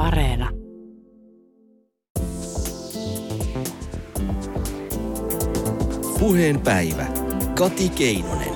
Areena. Puheen päivä. Kati Keinonen.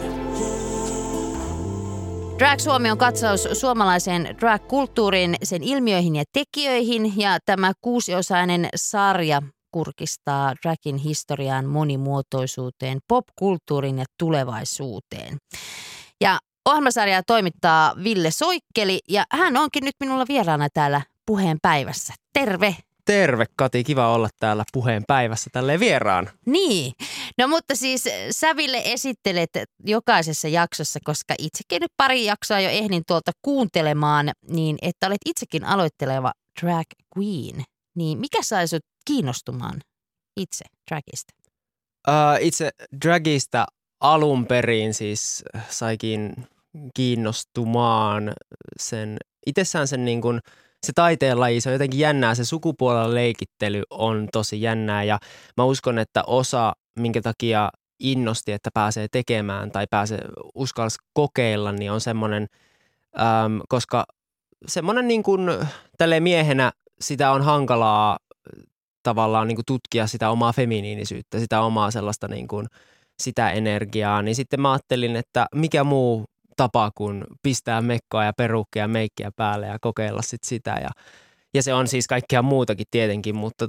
Drag Suomi on katsaus suomalaiseen drag-kulttuuriin, sen ilmiöihin ja tekijöihin, ja tämä 6-osainen sarja kurkistaa dragin historiaan, monimuotoisuuteen, popkulttuuriin ja tulevaisuuteen. Ja ohjelmasarjaa toimittaa Ville Soikkeli, ja hän onkin nyt minulla vieraana täällä Puheen päivässä. Terve! Terve Kati, kiva olla täällä Puheen päivässä tälleen vieraan. Niin, no mutta siis sä Ville esittelet jokaisessa jaksossa, koska itsekin nyt pari jaksoa jo ehdin tuolta kuuntelemaan, niin että olet itsekin aloitteleva drag queen. Niin mikä sai sut kiinnostumaan itse dragista? Itse dragista alun perin siis saikin kiinnostumaan itsessään sen niin kuin se taiteenlaji, se on jotenkin jännää, se sukupuolella leikittely on tosi jännää ja mä uskon, että osa, minkä takia innosti, että pääsee tekemään tai uskalsi kokeilla, niin on semmoinen, koska semmoinen niin kuin tälleen miehenä sitä on hankalaa tavallaan niin kuin tutkia sitä omaa feminiinisyyttä, sitä omaa sellaista niin kuin sitä energiaa, niin sitten mä ajattelin, että mikä muu tapa kuin pistää mekkoa ja perukkeja ja meikkiä päälle ja kokeilla sitä ja se on siis kaikkea muutakin tietenkin, mutta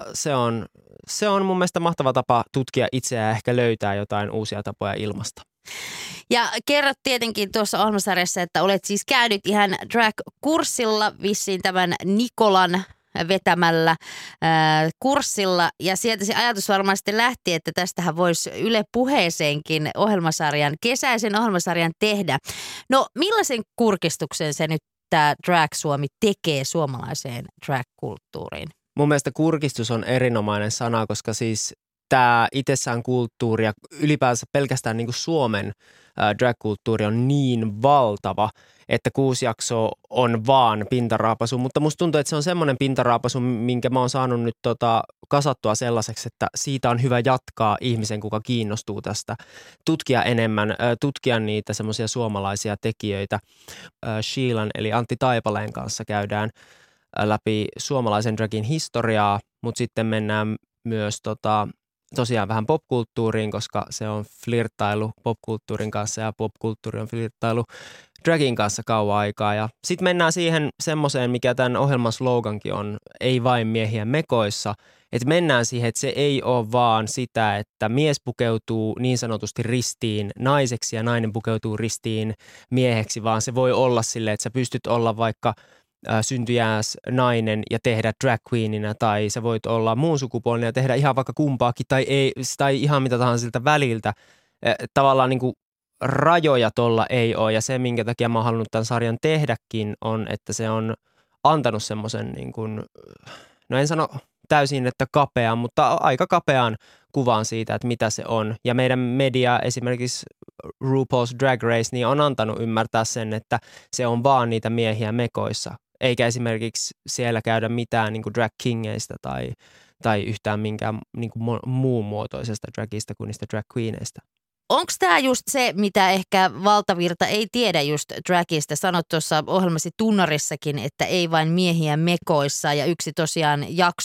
se on mun mielestä mahtava tapa tutkia itseään ja ehkä löytää jotain uusia tapoja ilmasta. Ja kerrot tietenkin tuossa ohjelmasarjassa, että olet siis käynyt ihan drag-kurssilla vissiin tämän Nikolan vetämällä kurssilla ja sieltä se ajatus varmaan sitten lähti, että tästähän voisi Yle Puheeseenkin kesäisen ohjelmasarjan tehdä. No millaisen kurkistuksen se nyt tämä Drag Suomi tekee suomalaiseen drag-kulttuuriin? Mun mielestä kurkistus on erinomainen sana, koska siis tämä itsessään kulttuuri ja ylipäänsä pelkästään niin kuin Suomen drag-kulttuuri on niin valtava, että 6 jaksoa on vaan pintaraapasu, mutta musta tuntuu, että se on semmoinen pintaraapasu, minkä mä oon saanut nyt kasattua sellaiseksi, että siitä on hyvä jatkaa ihmisen, kuka kiinnostuu tästä, tutkia enemmän, tutkia niitä semmoisia suomalaisia tekijöitä. Sheilan eli Antti Taipaleen kanssa käydään läpi suomalaisen dragin historiaa, mutta sitten mennään myös tosiaan vähän popkulttuuriin, koska se on flirttailu popkulttuurin kanssa ja popkulttuuri on flirttailu dragin kanssa kauan aikaa. Ja sitten mennään siihen semmoiseen, mikä tämän ohjelman slogankin on, ei vain miehiä mekoissa. Että mennään siihen, että se ei ole vaan sitä, että mies pukeutuu niin sanotusti ristiin naiseksi ja nainen pukeutuu ristiin mieheksi, vaan se voi olla silleen, että sä pystyt olla vaikka syntyjääs nainen ja tehdä drag queenina tai sä voit olla muun sukupuolinen ja tehdä ihan vaikka kumpaakin tai ihan mitä tahansa siltä väliltä. Tavallaan niin kuin rajoja tolla ei ole ja se minkä takia mä oon halunnut tämän sarjan tehdäkin on, että se on antanut semmoisen niin kuin, no en sano täysin, että kapean, mutta aika kapean kuvan siitä, että mitä se on. Ja meidän media, esimerkiksi RuPaul's Drag Race, niin on antanut ymmärtää sen, että se on vaan niitä miehiä mekoissa. Eikä esimerkiksi siellä käydä mitään niin kuin drag kingeistä tai yhtään minkään niin kuin muun muotoisesta dragista kuin niistä drag queeneista. Onko tämä just se, mitä ehkä valtavirta ei tiedä just dragista? Sanot tuossa ohjelmasi Tunnarissakin, että ei vain miehiä mekoissa ja yksi tosiaan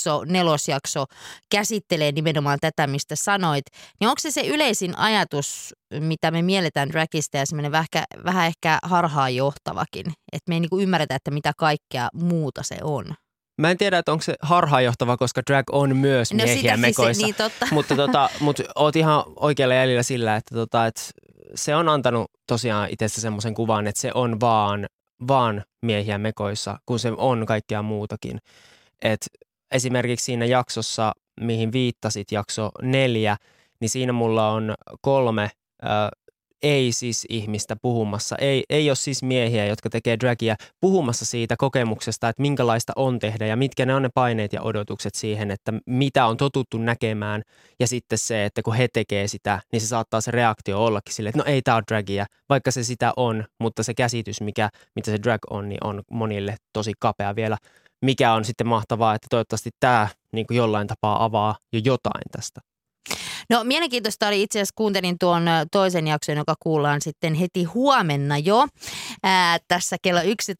4. jakso käsittelee nimenomaan tätä, mistä sanoit. Niin onko se yleisin ajatus, mitä me mielletään dragista ja semmoinen vähän ehkä harhaanjohtavakin? Että me ei niinku ymmärretä, että mitä kaikkea muuta se on. Mä en tiedä, että onko se harhaanjohtava, koska drag on myös miehiä mekoissa, niin totta. mutta oot ihan oikealla jäljellä sillä, että se on antanut tosiaan itsestä semmoisen kuvan, että se on vaan miehiä mekoissa, kun se on kaikkea muutakin. Et esimerkiksi siinä jaksossa, mihin viittasit, jakso 4, niin siinä mulla on 3 ei-sis-ihmistä puhumassa. Ei ole siis miehiä, jotka tekee dragia puhumassa siitä kokemuksesta, että minkälaista on tehdä ja mitkä ne on ne paineet ja odotukset siihen, että mitä on totuttu näkemään. Ja sitten se, että kun he tekee sitä, niin se saattaa se reaktio ollakin silleen, että no ei tää ole dragia, vaikka se sitä on, mutta se käsitys, mitä se drag on, niin on monille tosi kapea vielä. Mikä on sitten mahtavaa, että toivottavasti tämä niin kuin jollain tapaa avaa jo jotain tästä. No mielenkiintoista oli itse asiassa, kuuntelin tuon toisen jakson, joka kuullaan sitten heti huomenna jo tässä kello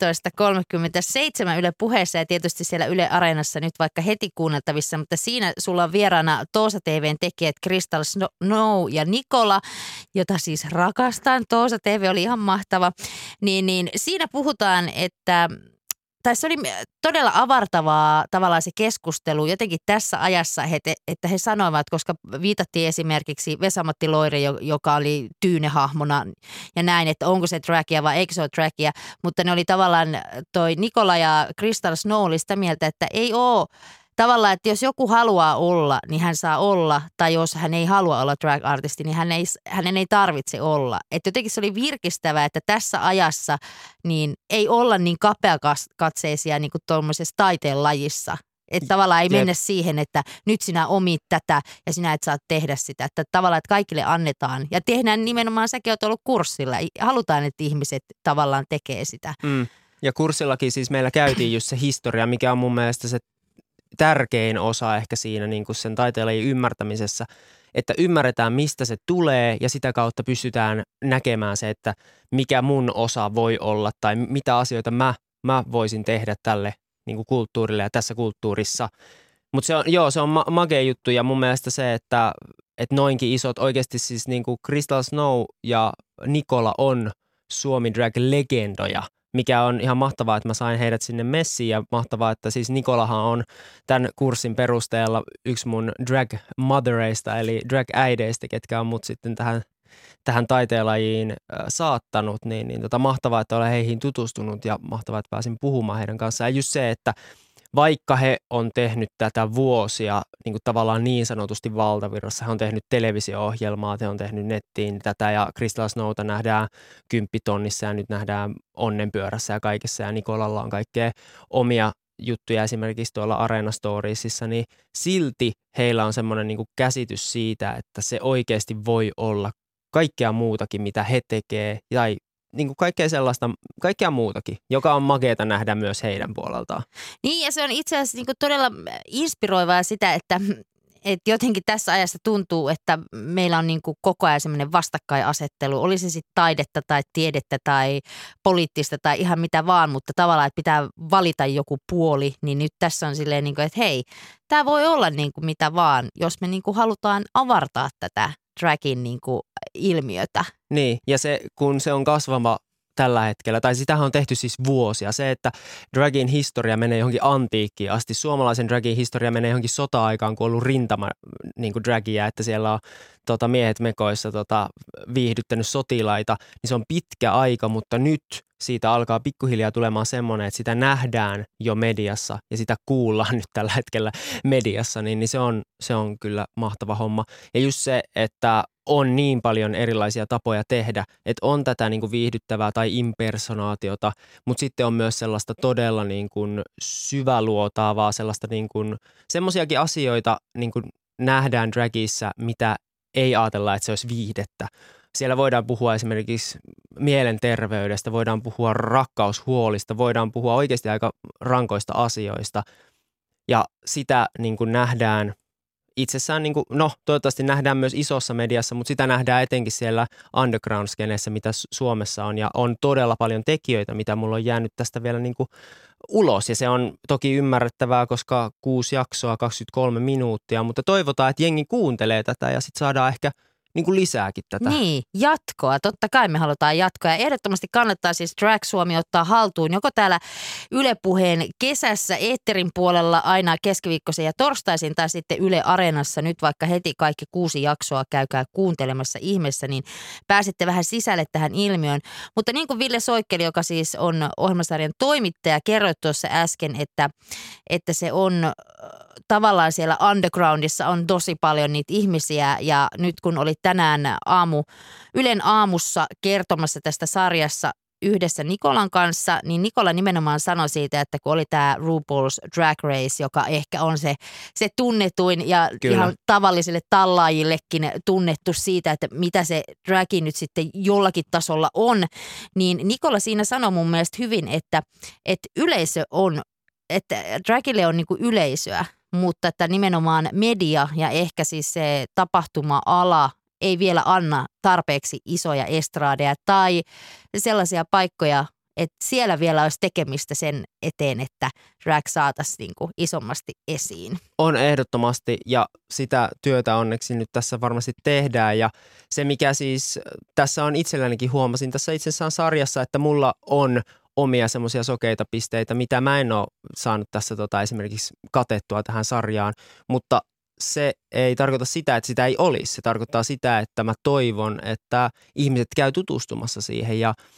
11.37 Yle Puheessa ja tietysti siellä Yle Areenassa nyt vaikka heti kuunneltavissa, mutta siinä sulla on vieraana Toosa TV:n tekijät Crystal Snow ja Nikola, jota siis rakastan. Toosa TV oli ihan mahtava. Niin siinä puhutaan, että tai se oli todella avartavaa tavallaan se keskustelu jotenkin tässä ajassa, että he sanoivat, koska viitattiin esimerkiksi Vesa-Matti Loire, joka oli tyynehahmona ja näin, että onko se dragia vai eikö se ole dragia, mutta ne oli tavallaan toi Nikola ja Crystal Snow oli sitä mieltä, että ei ole tavallaan, että jos joku haluaa olla, niin hän saa olla, tai jos hän ei halua olla drag-artisti, niin hänen ei tarvitse olla. Että jotenkin se oli virkistävää, että tässä ajassa niin ei olla niin kapeakatseisia niin kuin tuollaisessa taiteen lajissa. Että tavallaan ei mennä siihen, että nyt sinä omit tätä ja sinä et saa tehdä sitä. Että tavallaan, että kaikille annetaan ja tehdään nimenomaan, säkin olet ollut kurssilla. Halutaan, että ihmiset tavallaan tekee sitä. Ja kurssillakin siis meillä käytiin just se historia, mikä on mun mielestä se tärkein osa ehkä siinä niin kuin sen taiteenlajin ymmärtämisessä, että ymmärretään mistä se tulee ja sitä kautta pystytään näkemään se, että mikä mun osa voi olla tai mitä asioita mä voisin tehdä tälle niin kuin kulttuurille ja tässä kulttuurissa. Mutta se on magea juttu ja mun mielestä se, että noinkin isot oikeasti siis niin kuin Crystal Snow ja Nikola on Suomi Drag-legendoja, mikä on ihan mahtavaa, että mä sain heidät sinne messiin ja mahtavaa, että siis Nikolahan on tämän kurssin perusteella yksi mun drag-mothereista eli drag-äideistä, ketkä on mut sitten tähän taiteenlajiin saattanut, niin mahtavaa, että olen heihin tutustunut ja mahtavaa, että pääsin puhumaan heidän kanssaan. Ja just se, että vaikka he on tehnyt tätä vuosia niin kuin tavallaan niin sanotusti valtavirrassa, he on tehnyt televisio-ohjelmaa, he on tehnyt nettiin tätä ja Crystal Snowta nähdään 10-tonnissa ja nyt nähdään Onnenpyörässä ja kaikessa ja Nikolalla on kaikkea omia juttuja esimerkiksi tuolla Arena Storiesissa, niin silti heillä on semmoinen niin kuin käsitys siitä, että se oikeasti voi olla kaikkea muutakin, mitä he tekee tai niin kuin kaikkea muutakin, joka on makeeta nähdä myös heidän puoleltaan. Niin ja se on itse asiassa niin kuin todella inspiroivaa sitä, että jotenkin tässä ajassa tuntuu, että meillä on niin kuin koko ajan semmoinen vastakkainasettelu. Oli se sitten taidetta tai tiedettä tai poliittista tai ihan mitä vaan, mutta tavallaan, että pitää valita joku puoli, niin nyt tässä on silleen, niin kuin, että hei, tämä voi olla niin kuin mitä vaan, jos me niin kuin halutaan avartaa tätä dragin niin kuin ilmiötä. Niin, ja kun se on kasvava tällä hetkellä, tai sitähän on tehty siis vuosia, se, että dragin historia menee johonkin antiikkiin asti, suomalaisen dragin historia menee johonkin sota-aikaan, kun on ollut rintama niin kuin dragia, että siellä on miehet mekoissa viihdyttänyt sotilaita, niin se on pitkä aika, mutta nyt siitä alkaa pikkuhiljaa tulemaan semmoinen, että sitä nähdään jo mediassa ja sitä kuullaan nyt tällä hetkellä mediassa, niin se on kyllä mahtava homma. Ja just se, että on niin paljon erilaisia tapoja tehdä, että on tätä niin kuin viihdyttävää tai impersonaatiota, mutta sitten on myös sellaista todella niin kuin syväluotaavaa, sellaista niin kuin semmoisiakin asioita niin kuin nähdään dragissa, mitä ei ajatella, että se olisi viihdettä. Siellä voidaan puhua esimerkiksi mielenterveydestä, voidaan puhua rakkaushuolista, voidaan puhua oikeasti aika rankoista asioista ja sitä niin kuin nähdään itsessään, niin kuin, toivottavasti nähdään myös isossa mediassa, mutta sitä nähdään etenkin siellä underground-skeneessä, mitä Suomessa on ja on todella paljon tekijöitä, mitä mulla on jäänyt tästä vielä niin kuin ulos ja se on toki ymmärrettävää, koska 6 jaksoa, 23 minuuttia, mutta toivotaan, että jengi kuuntelee tätä ja sitten saadaan ehkä niin kuin lisääkin tätä. Niin, jatkoa. Totta kai me halutaan jatkoa. Ja ehdottomasti kannattaa siis Drag Suomi ottaa haltuun joko täällä Yle Puheen kesässä eetterin puolella aina keskiviikkoisen ja torstaisin tai sitten Yle Areenassa nyt vaikka heti kaikki 6 jaksoa käykää kuuntelemassa ihmeessä, niin pääsette vähän sisälle tähän ilmiöön. Mutta niin kuin Ville Soikkeli, joka siis on ohjelmasarjan toimittaja, kerroi tuossa äsken, että se on tavallaan siellä undergroundissa on tosi paljon niitä ihmisiä ja nyt kun oli tänään Ylen aamussa kertomassa tästä sarjassa yhdessä Nikolan kanssa, niin Nikola nimenomaan sanoi siitä, että kun oli tämä RuPaul's Drag Race, joka ehkä on se tunnetuin ja Kyllä. ihan tavallisille tallaajillekin tunnettu siitä, että mitä se dragi nyt sitten jollakin tasolla on, niin Nikola siinä sanoi mun mielestä hyvin, että yleisö on, että dragille on niinku yleisöä, mutta että nimenomaan media ja ehkä siis se tapahtuma-ala ei vielä anna tarpeeksi isoja estraadeja tai sellaisia paikkoja, että siellä vielä olisi tekemistä sen eteen, että drag saataisiin niinku isommasti esiin. On ehdottomasti ja sitä työtä onneksi nyt tässä varmasti tehdään ja se mikä siis tässä on itsellänikin huomasin tässä itse asiassa sarjassa, että mulla on omia semmoisia sokeita pisteitä, mitä mä en ole saanut tässä esimerkiksi katettua tähän sarjaan, mutta se ei tarkoita sitä, että sitä ei olisi. Se tarkoittaa sitä, että mä toivon, että ihmiset käy tutustumassa siihen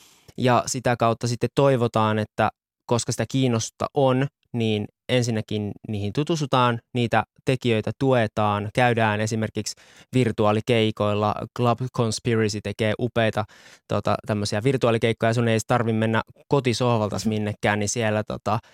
ja sitä kautta sitten toivotaan, että koska sitä kiinnosta on, niin ensinnäkin niihin tutustutaan, niitä tekijöitä tuetaan, käydään esimerkiksi virtuaalikeikoilla. Club Conspiracy tekee upeita tämmöisiä virtuaalikeikkoja, sun ei tarvitse mennä kotisohvaltas minnekään, niin siellä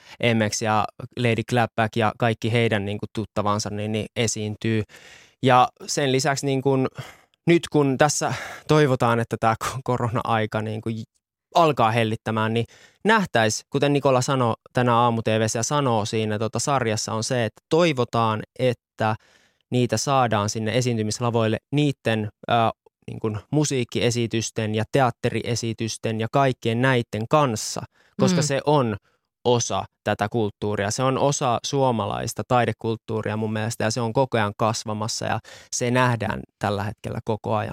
MX ja Lady Clapback ja kaikki heidän niin kuin tuttavansa niin esiintyy. Ja sen lisäksi niin kuin, nyt kun tässä toivotaan, että tämä korona-aika niin kuin alkaa hellittämään, niin nähtäisi, kuten Nikola sanoi tänä aamu-tv:ssä ja sanoo siinä sarjassa, on se, että toivotaan, että niitä saadaan sinne esiintymislavoille niiden niin kuin musiikkiesitysten ja teatteriesitysten ja kaikkien näiden kanssa, koska se on osa tätä kulttuuria. Se on osa suomalaista taidekulttuuria mun mielestä ja se on koko ajan kasvamassa ja se nähdään tällä hetkellä koko ajan.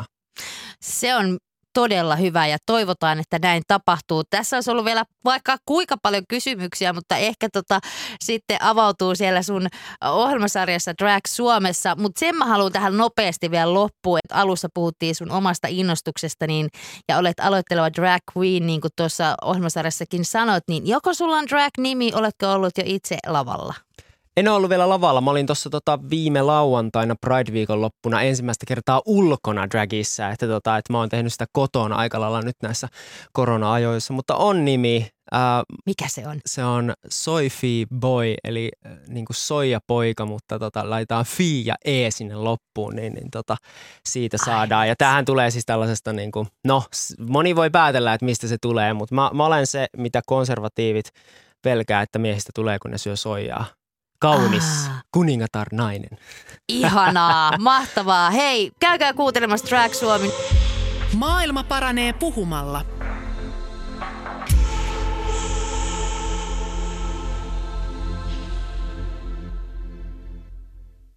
Se on todella hyvä ja toivotaan, että näin tapahtuu. Tässä olisi ollut vielä vaikka kuinka paljon kysymyksiä, mutta ehkä sitten avautuu siellä sun ohjelmasarjassa Drag Suomessa. Mutta sen mä haluan tähän nopeasti vielä loppuun, että alussa puhuttiin sun omasta innostuksesta ja olet aloitteleva drag queen, niin kuin tuossa ohjelmasarjassakin sanot, niin joko sulla on drag-nimi, oletko ollut jo itse lavalla? En ole ollut vielä lavalla. Mä olin tuossa viime lauantaina Pride-viikonloppuna ensimmäistä kertaa ulkona dragissa, että mä oon tehnyt sitä kotona aika lailla nyt näissä korona-ajoissa, mutta on nimi. Mikä se on? Se on Soifie Boy, eli niinku soijapoika, mutta laitetaan fi ja e sinne loppuun, niin siitä saadaan. Ja tämähän tulee siis tällaisesta, niinku, no moni voi päätellä, että mistä se tulee, mutta mä olen se, mitä konservatiivit pelkää, että miehistä tulee, kun ne syö soijaa. Kaunis kuningatar nainen. Ihanaa, mahtavaa. Hei, käykää kuuntelemassa Drag Suomi. Maailma paranee puhumalla.